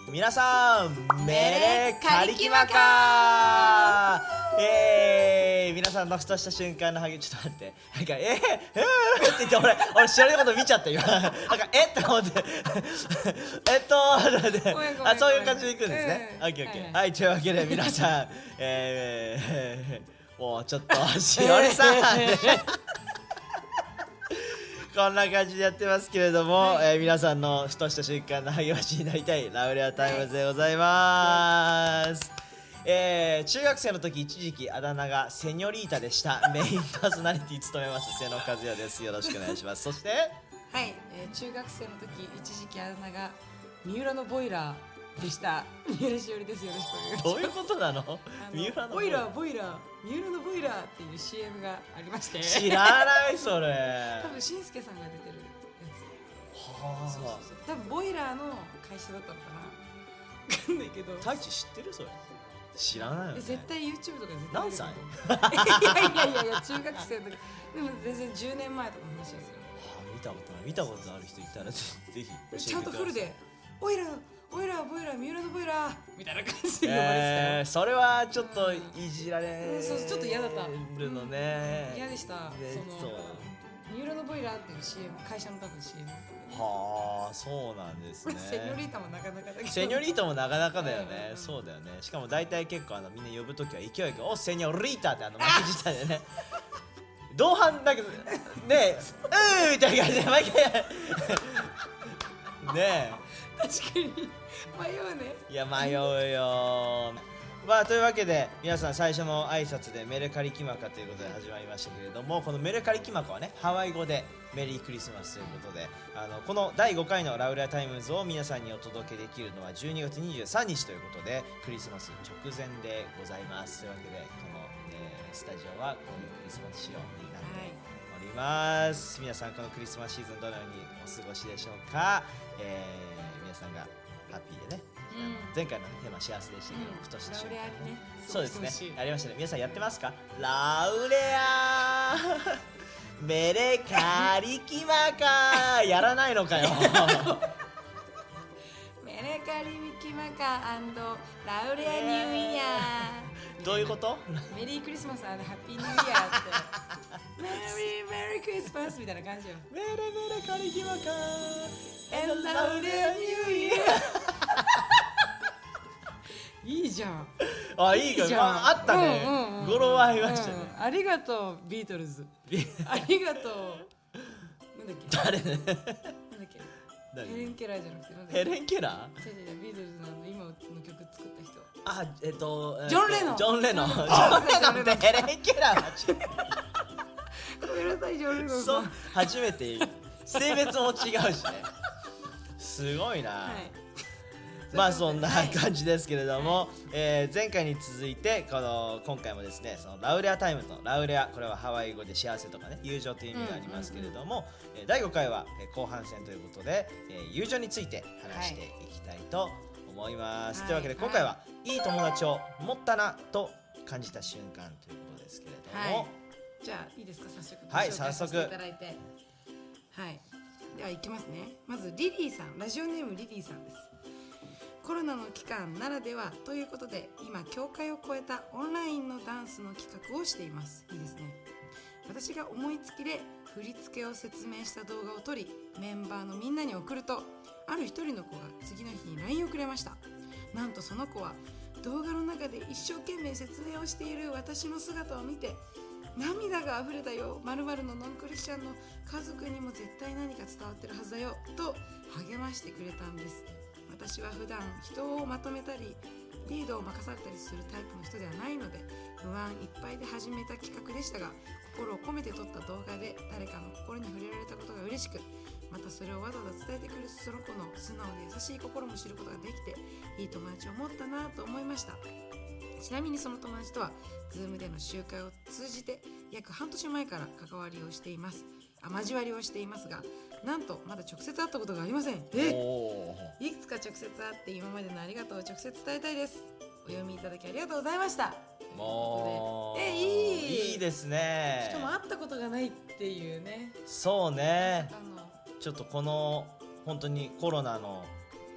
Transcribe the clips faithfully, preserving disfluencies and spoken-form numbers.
皆さんメレカリキマカー、えー、皆さんのふとした瞬間の励ちょっと待ってなんかえー、えー、って言って俺俺知らないこと見ちゃった今なんかえって思ってえっとあそういう感じでいくんですね、オッケーオッケー、はいというわけで皆さんえー、もうちょっとしおりさんこんな感じでやってますけれども、はい、えー、皆さんのふとした瞬間の励ましになりたいラウレアタイムズでございます、はい、えー、中学生の時一時期あだ名がセニョリータでしたメインパーソナリティ務めます瀬野和也です。よろしくお願いします。そしてはい、えー、中学生の時一時期あだ名が三浦のボイラーでした三浦しおりです。よろしくお願いします。 どういうことなの？ 三浦のボイラーボイラー三浦のボイラーっていう シーエム がありまして知らないそれ多分しんすけさんが出てるやつはあ、そうそうそう、多分ボイラーの会社だったのかな分かんないけど太一知ってるそれ？知らないよね。 絶対 YouTube とか絶対何歳？ いやいやいやいや中学生の時でも全然じゅうねんまえとかの話ですよ。 はあ、見たことない見たことある人いたらぜひ教えてください。 ちゃんとフルでボイラーボイラーボイラー三浦のボイラーみたいな感じで呼ばれてたよ、 えー、それはちょっといじられるのね、 うん、そうちょっと嫌だった嫌でした、 ね、 その三浦のボイラーっていう シーエム 会社の多分 シーエムはあそうなんですねセニョリータもなかなかだけどセニョリータもなかなかだよねそうだよね。しかも大体結構あのみんな呼ぶときは勢いよくおセニョリータってあの巻き舌でね同伴だけどねえうーみたいな感じで毎回ねえ確かに迷うね。 いや迷うよ。まあというわけで皆さん最初の挨拶でメレカリキマカということで始まりましたけれども、このメレカリキマカはねハワイ語でメリークリスマスということで、あのこのだいごかいのラウレアタイムズを皆さんにお届けできるのはじゅうにがつにじゅうさんにちということでクリスマス直前でございます。というわけでこの、えー、スタジオはこういうクリスマス仕様になっております、はい、皆さんこのクリスマスシーズンどのようにお過ごしでしょうか。えー、皆さんがハッピーでね、うん、前回のテーマ幸せでしたけど、うん、ふとした瞬間、ね、そうですねありましたね。皆さんやってますか？ラウレアメレカリキマカやらないのかよメレカリキマカラウレアニューイヤーどういうこと？ メリークリスマスハッピーニューイヤーってメリーメリークリスマスみたいな感じよ。 メレメレカリキマカラウレアニューイヤーいいじゃん。 あ、いいじゃん。あったね。語呂はありましたね。 ありがとうビートルズ。ありがとう。なんだっけ？誰？なんだっけ？ヘレン・ケラーじゃなくてヘレン・ケラー？違う違うビートルズの今の曲作った人。 あ、えっとジョン・レノン。 ジョン・レノン。ジョン・レノンってヘレン・ケラー。 ごめんなさいジョン・レノン。 そう初めて性別も違うしね。すごいな。はい、まあそんな感じですけれども、はい、えー、前回に続いてこの今回もですねそのラウレアタイムとラウレアこれはハワイ語で幸せとかね友情という意味がありますけれども、うんうん、だいごかいは後半戦ということで、えー、友情について話していきたいと思います、はい、というわけで今回は、はい、いい友達を持ったなと感じた瞬間ということですけれども、はい、 じゃあいいですか早速はい早速いただいてはいではいきますね。まずリリーさんラジオネームリリーさんです。コロナの期間ならではということで今境界を越えたオンラインのダンスの企画をしています。いいですね。私が思いつきで振り付けを説明した動画を撮りメンバーのみんなに送るとある一人の子が次の日に ライン をくれました。なんとその子は動画の中で一生懸命説明をしている私の姿を見て涙が溢れたよ、〇〇のノンクリスチャンの家族にも絶対何か伝わってるはずだよと励ましてくれたんです。私は普段人をまとめたりリードを任されたりするタイプの人ではないので不安いっぱいで始めた企画でしたが心を込めて撮った動画で誰かの心に触れられたことが嬉しくまたそれをわざわざ伝えてくるその子の素直で優しい心も知ることができていい友達を持ったなと思いました。ちなみにその友達とは Zoom での集会を通じて約半年前から関わりをしていますあ交わりをしていますがなんとまだ直接会ったことがありません。えいくつか直接会って今までのありがとうを直接伝えたいです。お読みいただきありがとうございました。 もうえいいいいですね。 しかも会ったことがないっていうね。 そうねちょっとこの本当にコロナの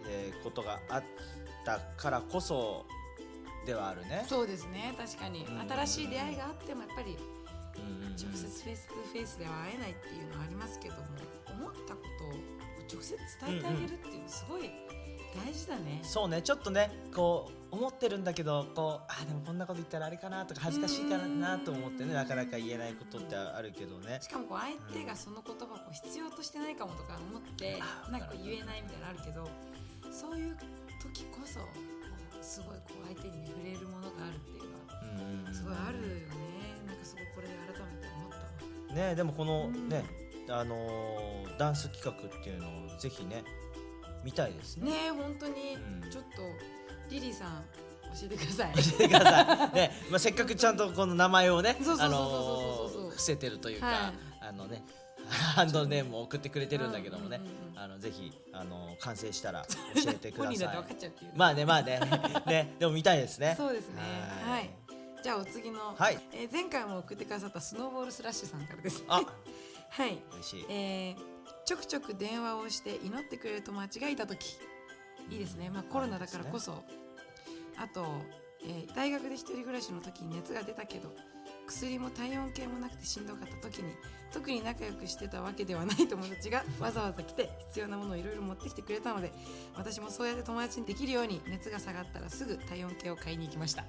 えーことがあったからこそではあるね。 そうですね、確かに、 うん、 新しい出会いがあってもやっぱりうんうんうん、 直接フェイストゥフェイスでは会えないっていうのはありますけども、思ったことを直接伝えてあげるっていうのすごい大事だね。 そうね、ちょっとねこう思ってるんだけど、こうあでもこんなこと言ったらあれかなとか恥ずかしいかなと思ってね、なかなか言えないことってあるけどね。 しかもこう相手がその言葉をこう必要としてないかもとか思ってなんか言えないみたいなのあるけど、そういう時こそこうすごいこう相手に触れるものがあるっていうのはすごいあるよね。なんかすごいこれで改めて思ったわね。でもこのね、あのー、ダンス企画っていうのをぜひね見たいですね。 ねえ本当に、うん、ちょっとリリーさん教えてください。 教えてください。ね、まあせっかくちゃんとこの名前をね、あの伏せてるというか、はい、あのね。ハンドネームを送ってくれてるんだけどもね、うんうんうん、あのぜひあの完成したら教えてください。まあねまあねね、でも見たいですね。 そうですね。はい。はい、じゃあお次の、はい、えー、前回も送ってくださったスノーボールスラッシュさんからです。あ、はい。嬉しい。えー、ちょくちょく電話をして祈ってくれる友達がいたとき、いいですね。まあコロナだからこそ、ね、あと、えー、大学で一人暮らしの時に熱が出たけど。薬も体温計もなくてしんどかった時に特に仲良くしてたわけではない友達がわざわざ来て必要なものをいろいろ持ってきてくれたので、私もそうやって友達にできるように熱が下がったらすぐ体温計を買いに行きました。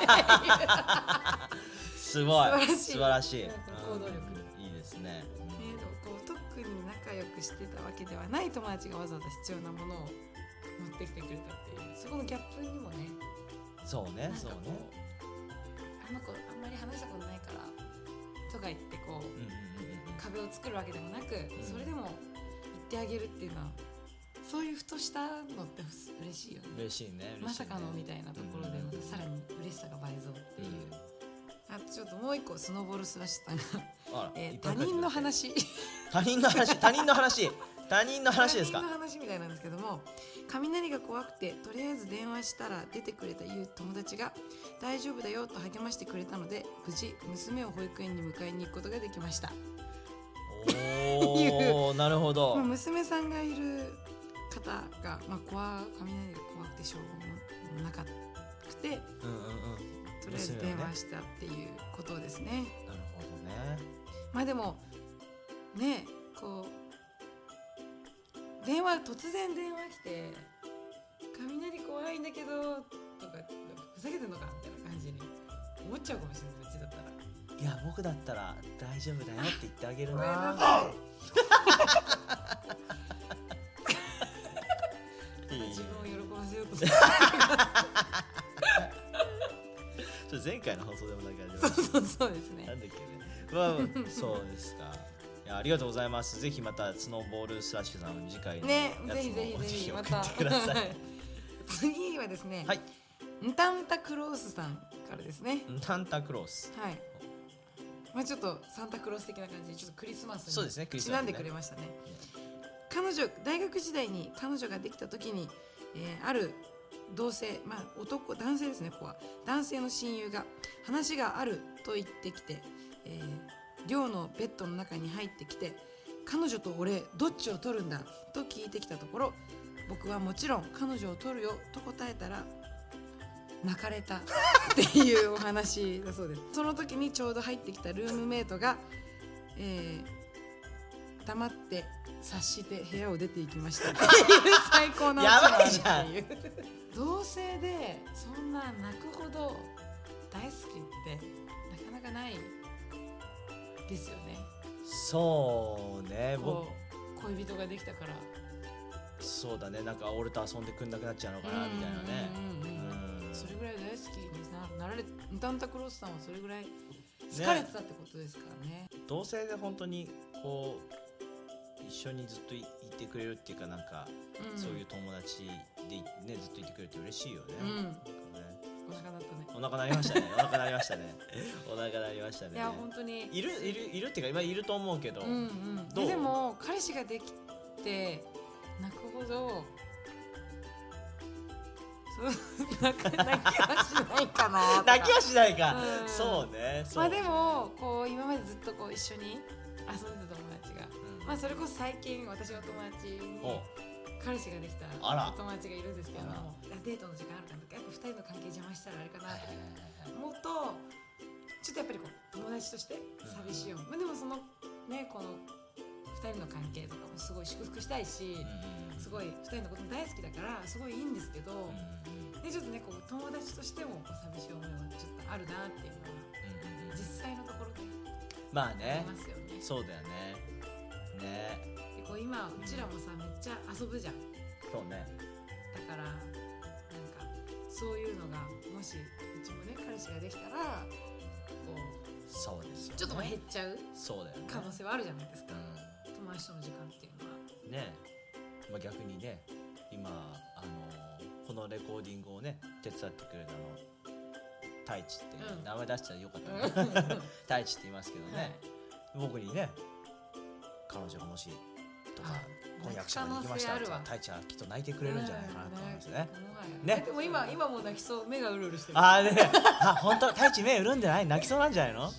すごい素晴らしい行動力、 うん、いいですね。ね、 こう特に仲良くしてたわけではない友達がわざわざ必要なものを持ってきてくれたっていう、そこのギャップにもね。 そうねそうね、 あの子あんまり話したことないからとか言ってこう、うんうんうん、壁を作るわけでもなく、うん、それでも言ってあげるっていうのはそういうふとしたのって嬉しいよね。 嬉しいね。 まさかのみたいなところでまたさらに嬉しさが倍増っていう、うん、あとちょっともう一個スノーボールスラッシュさんが、えー、他人の話他人の話他人の話他人の話ですか。 他人の話みたいなんですけども、雷が怖くてとりあえず電話したら出てくれたいう友達が大丈夫だよと励ましてくれたので、無事娘を保育園に迎えに行くことができました。 おーなるほど。 娘さんがいる方が、まあ、怖雷が怖くてしょうがなかくて、うんうんうん、とりあえず電話したっていうことですね。 なるほどね。 まあでもね、こう電話突然電話来て雷怖いんだけどとかふざけてんのかみたいな感じに思っちゃうかもしれない。うちだったらいや僕だったら大丈夫だよって言ってあげるな。 自分を喜ばせようとする。 ちょっと前回の放送でもなんかそうそうそうですね。 なんだっけね。まあそうですか。いやありがとうございます。ぜひまたスノーボールスラッシュさん次回のやつもね、ぜひぜひぜひ送ってください。 次はですね、 はい、 ンタンタクロースさんからですね。 ンタンタクロース。 はい。まあちょっとサンタクロース的な感じでちょっとクリスマスにちなんでくれましたね。彼女大学時代に彼女ができた時に、えー、ある同性、まあ男男性ですね。ここは男性の親友が話があると言ってきて。えー寮のベッドの中に入ってきて彼女と俺どっちを取るんだと聞いてきたところ、僕はもちろん彼女を取るよと答えたら泣かれたっていうお話だそうです。その時にちょうど入ってきたルームメイトが、えー、黙って察して部屋を出て行きましたっていう最高のやばいじゃん。 同性でそんな泣くほど大好きってなかなかないですよね。 そうね。 こう恋人ができたからそうだね。なんか俺と遊んでくんなくなっちゃうのかなみたいなね。 うん、それぐらい大好きになられンタンタクロースさんはそれぐらい好かれてたってことですからね。ね同性で本当にこう一緒にずっと い, いてくれるっていうかなんか、うん、そういう友達で、ね、ずっといてくれるって嬉しいよね。うんねお腹鳴ったね。 お腹鳴りましたね。お腹鳴りましたね。お腹鳴りましたね。 いや本当にいるいるいるっていうか今いると思うけど。うんうん、 どう？でも彼氏ができて泣くほどそう泣きはしないかな。 泣きはしないか。 うん、 そうね。そうまあでもこう今までずっとこう一緒に遊んでた友達が、うん、まあそれこそ最近私の友達に彼氏ができたあらお友達がいるんですけどあらも、デートの時間あるかなとか、やっぱふたりの関係邪魔したらあれかなはいとはいはいはい思うと、ちょっとやっぱりこう友達として寂しいよ、まあ、でもそのねこのふたりの関係とかもすごい祝福したいし、 うんすごいふたりのことも大好きだからすごいいいんですけど、 うんうんでちょっとねこう友達としてもこう寂しい思いはちょっとあるなっていうのはうんうんうん実際のところであまあねりますよね。 そうだよねねでこう今うちらもさめっちゃ遊ぶじゃん。 そうねだからなんかそういうのがもしうちもね彼氏ができたらこうそうですよねちょっとまあ減っちゃうそうだよね可能性はあるじゃないですか、 う友達との時間っていうのは。 んねまあ逆にね今あのこのレコーディングをね手伝ってくれたの太一って、 うん名前出したらよかったな太一って言いますけどね、 はい、 僕にね彼女がもしとかあ婚約者ができましたって泣く可能性あるわ太一はきっと泣いてくれるんじゃないかなと思いますね。 ねねでも今今もう泣きそう、目がうるうるしてる。 ああねあ本当太一目潤んでない泣きそうなんじゃないの？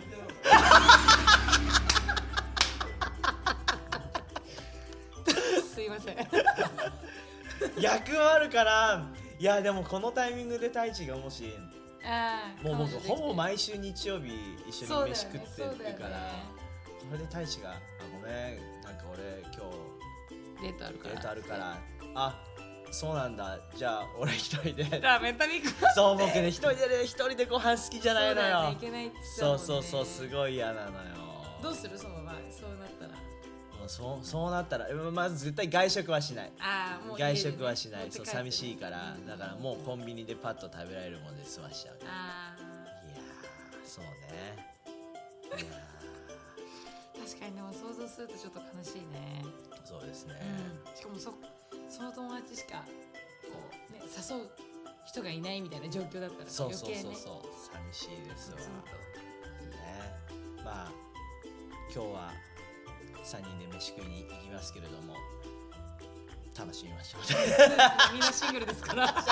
すいません。 役もあるからいやでもこのタイミングで太一がもしあもう僕彼女できてほぼ毎週日曜日一緒に飯食ってそうだよねるからこれで太一があごめんなんか俺今デートあるから日デートあるからあそうなんだじゃあ俺一人でラーメン食べ行く。 そう僕ね一人でね一人でご飯好きじゃないのよそうだねいけないって言ってたそもんねうそうそうすごい嫌なのよどうするその場合そうなったら。 もうそうそうなったらえまず絶対外食はしないああもう外食はしないそう寂しいいからだからもうコンビニでパッと食べられるもので済ましちゃうあいやーそうねいやー確かにでも想像するとちょっと悲しいね、 ーそうですね、 うん、しかもそその友達しかこう、ね、誘う人がいないみたいな状況だったらそう余計ねそうそうそう寂しいですわずっねまあ今日はさんにんで飯食いに行きますけれども楽しみましょうとみんなシングルですからじゃ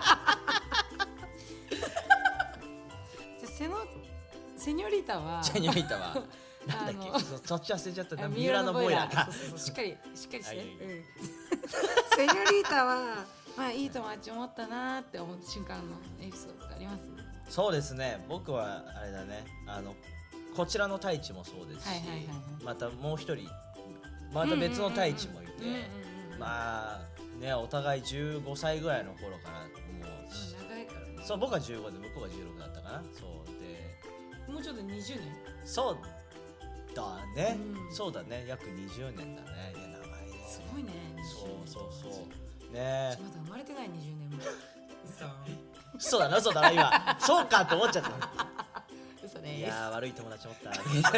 あセノセニョリータはジャニオリータはなんだっあのけそそっち忘れちゃったあ三浦のボイラーかそうそうそうしっかりしっかりして、 あいいよいいようん、セニョリータはまあいい友達を持ったなーって思った瞬間のエピソードがあります。 そうですね僕はあれだねあのこちらの太一もそうですし、 はいはいはいはいまたもう一人また別の太一もいて、 うんうんうんうんまあねお互いじゅうごさいぐらいの頃からもう、 うん長いからね。 そう僕はじゅうごで向こうがじゅうろくだったかなそうでもうちょっとにじゅうねん。 そうだね、 うんそうだね約にじゅうねんだねいや長いねすごいね。 そうそうそうう。 ねまだ生まれてないにじゅうねんも。嘘。 そうだなそうだな今そうかと思っちゃった嘘です。 いやー悪い友達持った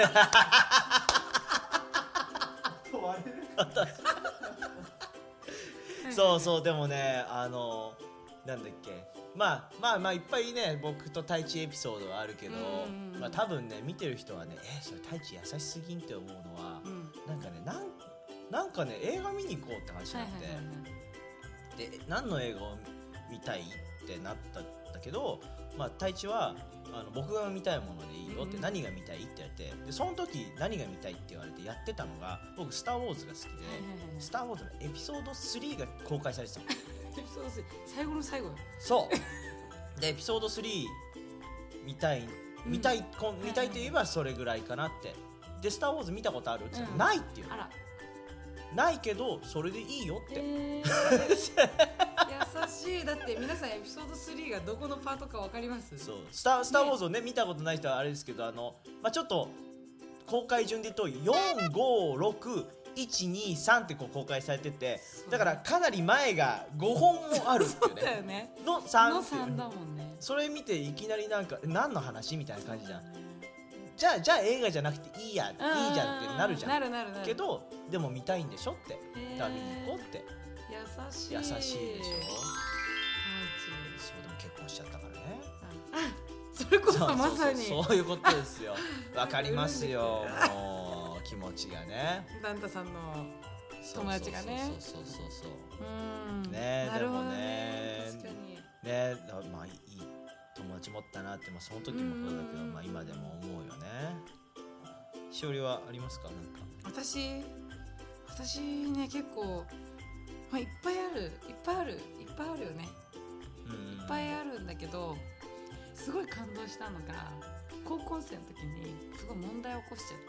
そうそうでもねあのなんだっけまあまあまあいっぱいね僕と太一エピソードはあるけど、 うんうんうんまあ多分ね見てる人はねえー、それ太一優しすぎんって思うのは、 うん。 なんかねなんなんかね映画見に行こうって話になって、 はいはいはいはい。 で何の映画を見たいってなったんだけど、まあ、太一はあの僕が見たいものでいいよって、 うん何が見たいって言われてでその時何が見たいって言われてやってたのが僕スター・ウォーズが好きで、 はいはいはいスター・ウォーズのエピソードスリーが公開されてたのエピソードスリー最後の最後よ。 そうでエピソードスリー見たい見たい、こん見たいといえばそれぐらいかなってでスター・ウォーズ見たことあるって言ったら、 うんないっていうあら。 ないけどそれでいいよって、 えー、優しい。だって皆さんエピソードスリーがどこのパートかわかります？ そうスター・スター・ウォーズをね見たことない人はあれですけどあの、まあ、ちょっと公開順で言うとよんごろくいちにさんってこう公開されててだからかなり前がごほんもあるっていうそうだよねね。 のさんのっていうさんだもんね。 それ見ていきなりなんか何の話みたいな感じじゃんそうだねじゃあじゃあ映画じゃなくていいやいいじゃんってなるじゃんなるなるなる。 けどでも見たいんでしょってへーだから見に行こうって優しい。 優しいでしょ太そうでも結婚しちゃったからね一あ、それこそまさにそうそうそうそういうことですよわかりますよもう気持ちがねダンタさんの友達がねそうそうそうそうそううんねなるほどでもねね確かにねだまあいい友達持ったなって、まあ、その時もそうだけど、 うんまあ、今でも思うよねしおりはありますかなんか私私ね結構まあ、いっぱいあるいっぱいあるいっぱいあるよね、 うんうん、 いっぱいあるんだけど、すごい感動したのが高校生の時にすごい問題を起こしちゃって、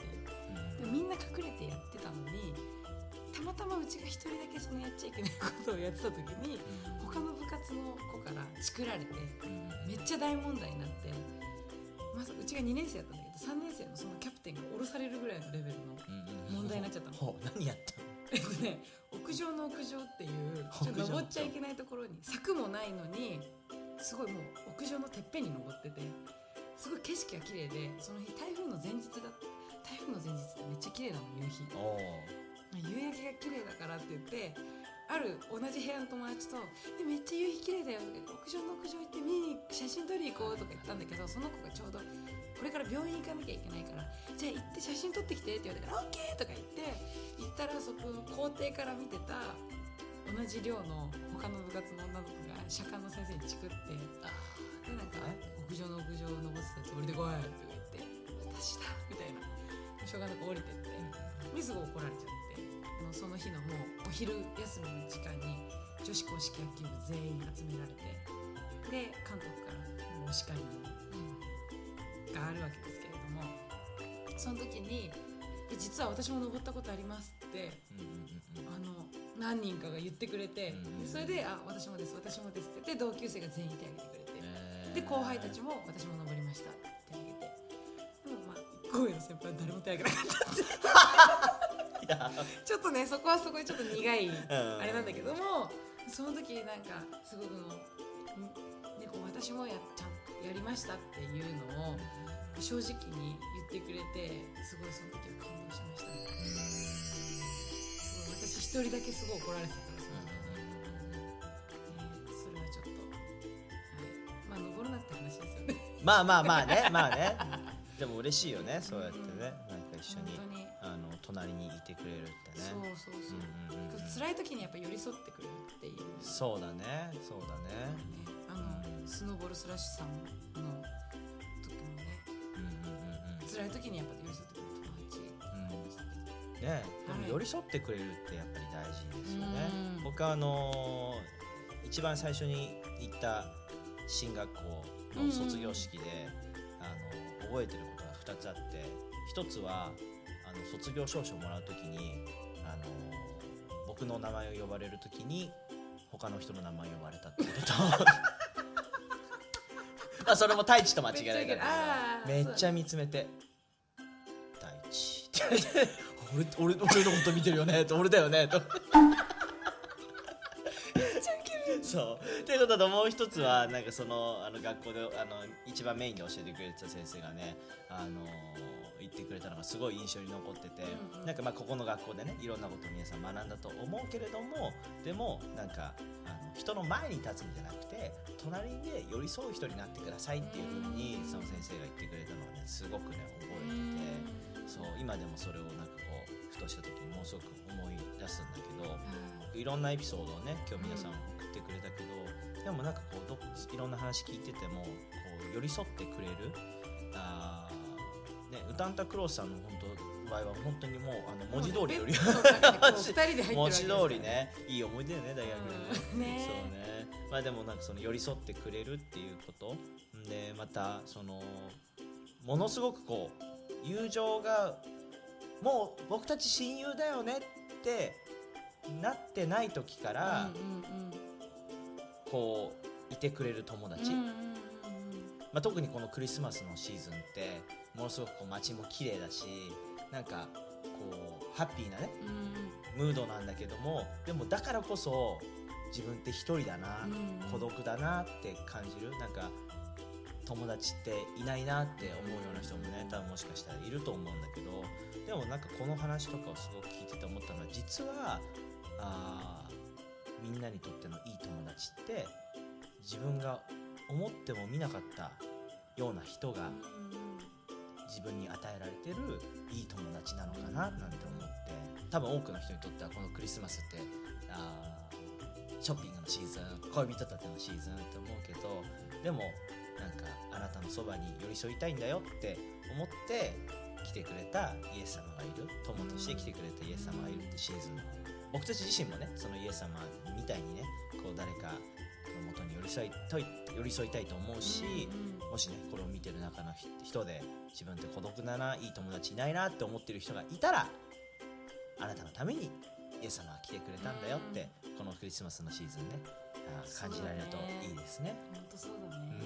でみんな隠れてやってたのに、たまたまうちが一人だけそのやっちゃいけないことをやってた時に、他の部活の子からチクられてめっちゃ大問題になって、まずうちがにねん生だったんだけど、さんねん生のそのキャプテンが降ろされるぐらいのレベルの問題になっちゃったの。 ほう何やったの？ えっとね、屋上の屋上っていうちょっと登っちゃいけないところに柵もないのに、すごいもう屋上のてっぺんに登ってて、すごい景色が綺麗で、その日台風の前日だ台風の前日ってめっちゃ綺麗なの、夕日。夕焼けが綺麗だからって言って、ある同じ部屋の友達とでめっちゃ夕日綺麗だよ、屋上の屋上行って見に写真撮り行こうとか言ったんだけど、その子がちょうどこれから病院行かなきゃいけないから、じゃあ行って写真撮ってきてって言われたから オーケー とか言って行ったら、そこの校庭から見てた同じ寮の他の部活の女の子が社科の先生にチクって、でなんか屋上の屋上登ってたやつ降りてこいって言って、私だみたいな、しょうがなく降りてってですぐ怒られちゃって、もうその日のもうお昼休みの時間に女子硬式野球部全員集められて、で監督からもうお叱りがあるわけですけれども、その時に実は私も登ったことありますって、うんうんうん、あの何人かが言ってくれて、うんうん、それであ私もです私もですって言って同級生が全員手を挙げてくれて、えー、で後輩たちも私も登りましたって手を挙げて、でもまあゴーの先輩は誰も手を挙げなかったってちょっとねそこはすごいちょっと苦いあれなんだけども、その時なんかすごくの、ね、こう私もやちゃんやりましたっていうのを正直に言ってくれて、すごいその時は感動しましたね。私一人だけすごい怒られてたからその時、ね、それはちょっと、はい、まあ登るなって話ですよねまあまあまあねまあねでも嬉しいよね、そうやってね、なんか一緒にあの隣にいてくれるってね。 そうそうそう、うんうんうん、辛い時にやっぱ寄り添ってくれるっていう。 そうだねそうだね、 ね、あの、うん、スノーボールスラッシュさんの時もね、うんうんうんうん、辛い時にやっぱ寄り添ってくれる友達、 うん、ね、でも寄り添ってくれるってやっぱり大事ですよね、はい、僕はあのー、一番最初に行った進学校の卒業式で、うん、あの覚えてることがふたつあって、ひとつはあの卒業証書をもらうときにあの僕の名前を呼ばれるときに他の人の名前を呼ばれたってこととまあそれも太一と間違えられたけど、めっちゃ見つめて太一って言われて俺, 俺, 俺のこと見てるよねって俺だよねとそうということと、もう一つはなんかそのあの学校であの一番メインで教えてくれてた先生がね、あの言ってくれたのがすごい印象に残ってて、うんうん、なんかまあここの学校でねいろんなことを皆さん学んだと思うけれども、でもなんかあの人の前に立つんじゃなくて隣で寄り添う人になってくださいっていう風にその先生が言ってくれたのはねすごくね覚えてて、そう今でもそれをなんかこうふとした時にものすごく思い出すんだけど、いろんなエピソードをね今日皆さん送ってくれたけど、でもなんかこうどいろんな話聞いててもこう寄り添ってくれる、あね、ウタンタクロースさんの本当場合は本当にもうあの文字通りより文字通りねいい思い出だよね大学でね、そうね、まあでもなんかその寄り添ってくれるっていうことで、またそのものすごくこう友情がもう僕たち親友だよねってなってない時から、うんうんうん、こういてくれる友達、うんうんうん、まあ、特にこのクリスマスのシーズンってものすごくこう街も綺麗だし、なんかこうハッピーなね、うん、ムードなんだけども、でもだからこそ自分って一人だな、うん、孤独だなって感じる、なんか友達っていないなって思うような人もね多分もしかしたらいると思うんだけど、でもなんかこの話とかをすごく聞いてて思ったのは、実はあみんなにとってのいい友達って自分が思っても見なかったような人が自分に与えられてるいい友達なのかななんて思って、多分多くの人にとってはこのクリスマスってあショッピングのシーズン、恋人たちのシーズンって思うけど、でもなんかあなたのそばに寄り添いたいんだよって思って来てくれたイエス様がいる、友として来てくれたイエス様がいるってシーズン僕たち自身もねそのイエス様みたいにねこう誰かの元に寄り添いたい寄り添いたいと思うし、 うんうん、 もしねこれを見てる中の人で自分って孤独だないい友達いないなって思ってる人がいたらあなたのためにイエス様が来てくれたんだよって、うん、このクリスマスのシーズンね感じられるといいですね。 本当そうだね。 うんうんうん、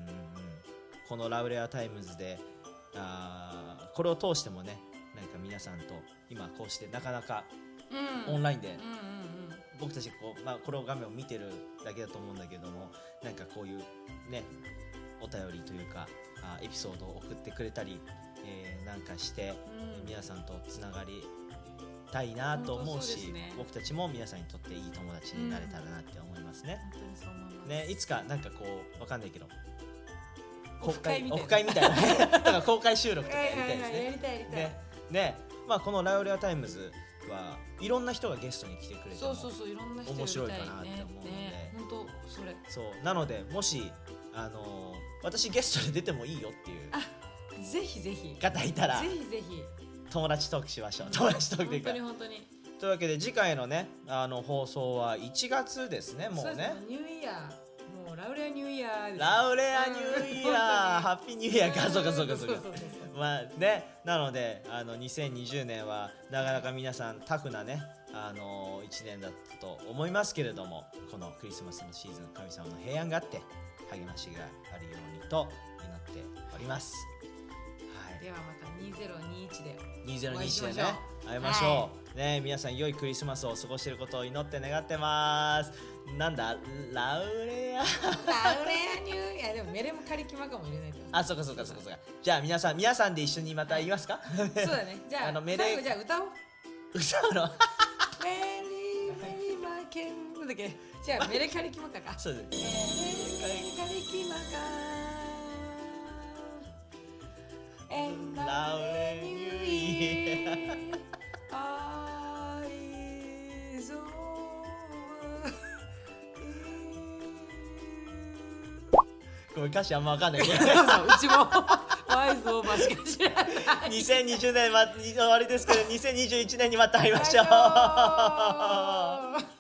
このラウレアタイムズであこれを通してもねなんか皆さんと今こうしてなかなかオンラインで、うんうんうんうん、僕たちこう、まあ、この画面を見てるだけだと思うんだけどもなんかこういうねお便りというかあエピソードを送ってくれたり、えー、なんかして、うん、皆さんとつながりたいなと思うし、ね、僕たちも皆さんにとっていい友達になれたらなって思いますね。 本当にそう思いますね、いつかなんかこうわかんないけどオフ会みたいな、 オフ会みたいなねだから公開収録とかやりたいですね。 やりたいやりたい。 ね、ね、まあこのラウレアタイムズはいろんな人がゲストに来てくれても面白いかなって思うので、 本当それ。 そうなのでもしあのー、私ゲストで出てもいいよっていうあぜひぜひ方いたらぜひぜひ友達トークしましょう。友達トークというか。 本当に本当に。 というわけで次回のねあの放送はいちがつですね。もうね。 そうですニューイヤーもうラウレアニューイヤーです。 ラウレアニューイヤーハッピーニューイヤーかそうかそうかそうか。まあねなのであのにせんにじゅうねんはなかなか皆さんタフなねあのいちねんだったと思いますけれどもこのクリスマスのシーズン神様の平安があって励ましがあるようにと祈っております。はい。 ではまたにせんにじゅういちでにせんにじゅういちでね会いましょう、はい、ね皆さん良いクリスマスを過ごしていることを祈って願ってます。なんだラウレアラウレアニューイヤーでもメレもカリキマカも入れないと。 あそうかそうかそうかそうか。じゃあ皆さん皆さんで一緒にまた言いますか。 そうだね。じゃああのメレ最後じゃあ歌おう。 歌うのメリーメリーマケンなんだっけ。じゃあメレカリキマカか。 そうです。 メレカリキマカラウレニューイヤーごめん歌詞あんま分かんないけどうちもワイズオーバーしか知らない。 にせんにじゅうねん、ま、終わりですけどにせんにじゅういちねんにまた会いましょう。